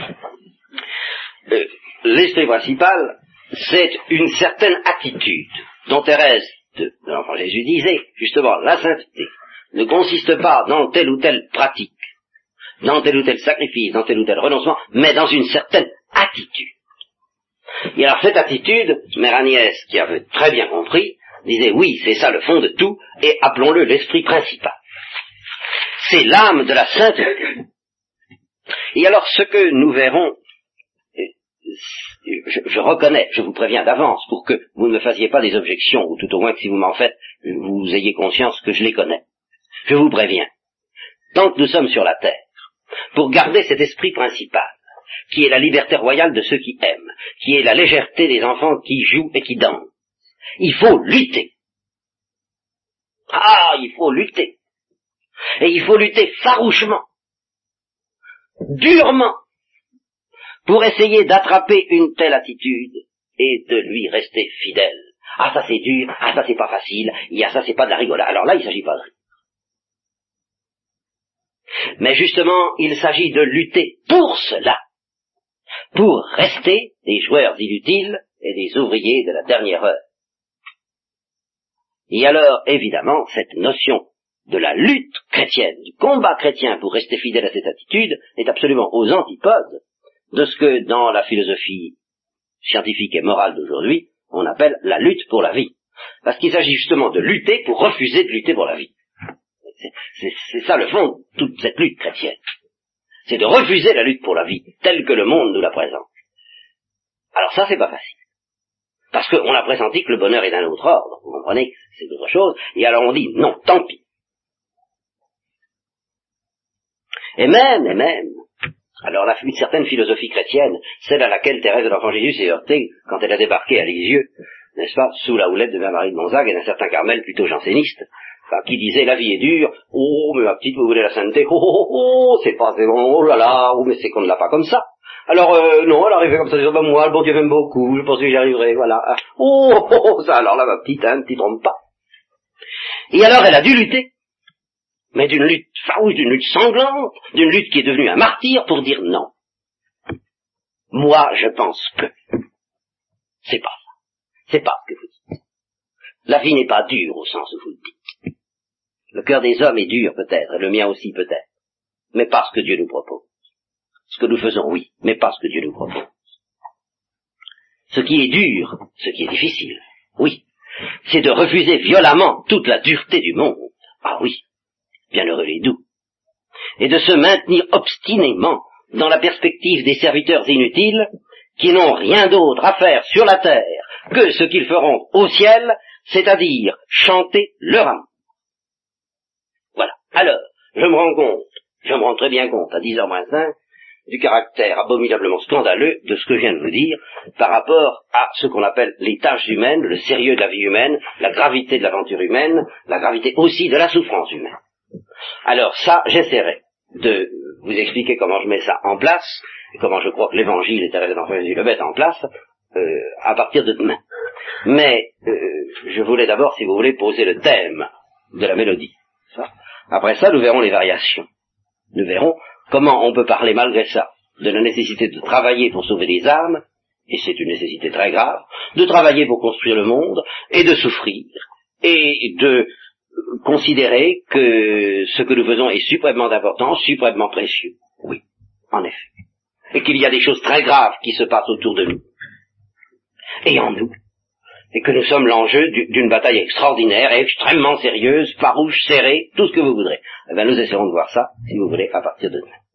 Euh, l'esprit principal, c'est une certaine attitude dont Thérèse de, de l'Enfant Jésus disait, justement, la sainteté ne consiste pas dans telle ou telle pratique, dans tel ou tel sacrifice, dans tel ou tel renoncement, mais dans une certaine attitude. Et alors cette attitude, Mère Agnès, qui avait très bien compris, disait oui, c'est ça le fond de tout, et appelons-le l'esprit principal. C'est l'âme de la sainteté. Et alors ce que nous verrons, je, je reconnais, je vous préviens d'avance, pour que vous ne me fassiez pas des objections, ou tout au moins que si vous m'en faites, vous ayez conscience que je les connais. Je vous préviens, tant que nous sommes sur la terre, pour garder cet esprit principal, qui est la liberté royale de ceux qui aiment, qui est la légèreté des enfants qui jouent et qui dansent, il faut lutter. Ah, il faut lutter. Et il faut lutter farouchement, durement, pour essayer d'attraper une telle attitude et de lui rester fidèle. Ah, ça c'est dur, ah ça c'est pas facile, et ah ça c'est pas de la rigolade. Alors là, il s'agit pas de rire. Mais justement, il s'agit de lutter pour cela, pour rester des joueurs inutiles et des ouvriers de la dernière heure. Et alors, évidemment, cette notion de la lutte chrétienne, du combat chrétien pour rester fidèle à cette attitude, est absolument aux antipodes de ce que, dans la philosophie scientifique et morale d'aujourd'hui, on appelle la lutte pour la vie. Parce qu'il s'agit justement de lutter pour refuser de lutter pour la vie. C'est, c'est, c'est ça le fond de toute cette lutte chrétienne. C'est de refuser la lutte pour la vie, telle que le monde nous la présente. Alors ça, c'est pas facile. Parce qu'on a pressenti que le bonheur est d'un autre ordre, vous comprenez, c'est autre chose, et alors on dit, non, tant pis. Et même, et même, alors la, une certaine philosophie chrétienne, celle à laquelle Thérèse de l'Enfant Jésus s'est heurtée quand elle a débarqué à Lisieux, n'est-ce pas, sous la houlette de Mère Marie de Gonzague et d'un certain Carmel plutôt janséniste, enfin, qui disait la vie est dure, oh mais ma petite vous voulez la sainteté, oh oh oh, oh c'est pas, c'est bon, oh là là, oh mais c'est qu'on ne l'a pas comme ça. Alors euh, non, elle arrivait comme ça, disant, bah, moi le bon Dieu m'aime beaucoup, je pense que j'y arriverai, voilà. Oh, oh, oh ça alors là ma petite, hein, ne t'y trompe pas. Et alors elle a dû lutter, mais d'une lutte farouche, d'une lutte sanglante, d'une lutte qui est devenue un martyr pour dire non. Moi je pense que c'est pas ça, c'est pas ce que vous dites. La vie n'est pas dure au sens où vous le dites. Le cœur des hommes est dur peut-être, et le mien aussi peut-être, mais pas ce que Dieu nous propose. Ce que nous faisons, oui, mais pas ce que Dieu nous propose. Ce qui est dur, ce qui est difficile, oui, c'est de refuser violemment toute la dureté du monde. Ah oui, bienheureux les doux. Et de se maintenir obstinément dans la perspective des serviteurs inutiles qui n'ont rien d'autre à faire sur la terre que ce qu'ils feront au ciel, c'est-à-dire chanter leur amour. Voilà. Alors, je me rends compte, je me rends très bien compte, à dix heures moins cinq, du caractère abominablement scandaleux de ce que je viens de vous dire par rapport à ce qu'on appelle les tâches humaines, le sérieux de la vie humaine, la gravité de l'aventure humaine, la gravité aussi de la souffrance humaine. Alors ça, j'essaierai de vous expliquer comment je mets ça en place, et comment je crois que l'Évangile et Thérèse de l'Enfant Jésus le mettent en place, euh, à partir de demain. Mais euh, je voulais d'abord, si vous voulez, poser le thème de la mélodie. Ça. Après ça, nous verrons les variations. Nous verrons comment on peut parler malgré ça de la nécessité de travailler pour sauver des âmes, et c'est une nécessité très grave, de travailler pour construire le monde, et de souffrir, et de considérer que ce que nous faisons est suprêmement important, suprêmement précieux. Oui, en effet. Et qu'il y a des choses très graves qui se passent autour de nous, et en nous, et que nous sommes l'enjeu d'une bataille extraordinaire, extrêmement sérieuse, farouche, serrée, tout ce que vous voudrez. Eh bien, nous essaierons de voir ça, si vous voulez, à partir de demain.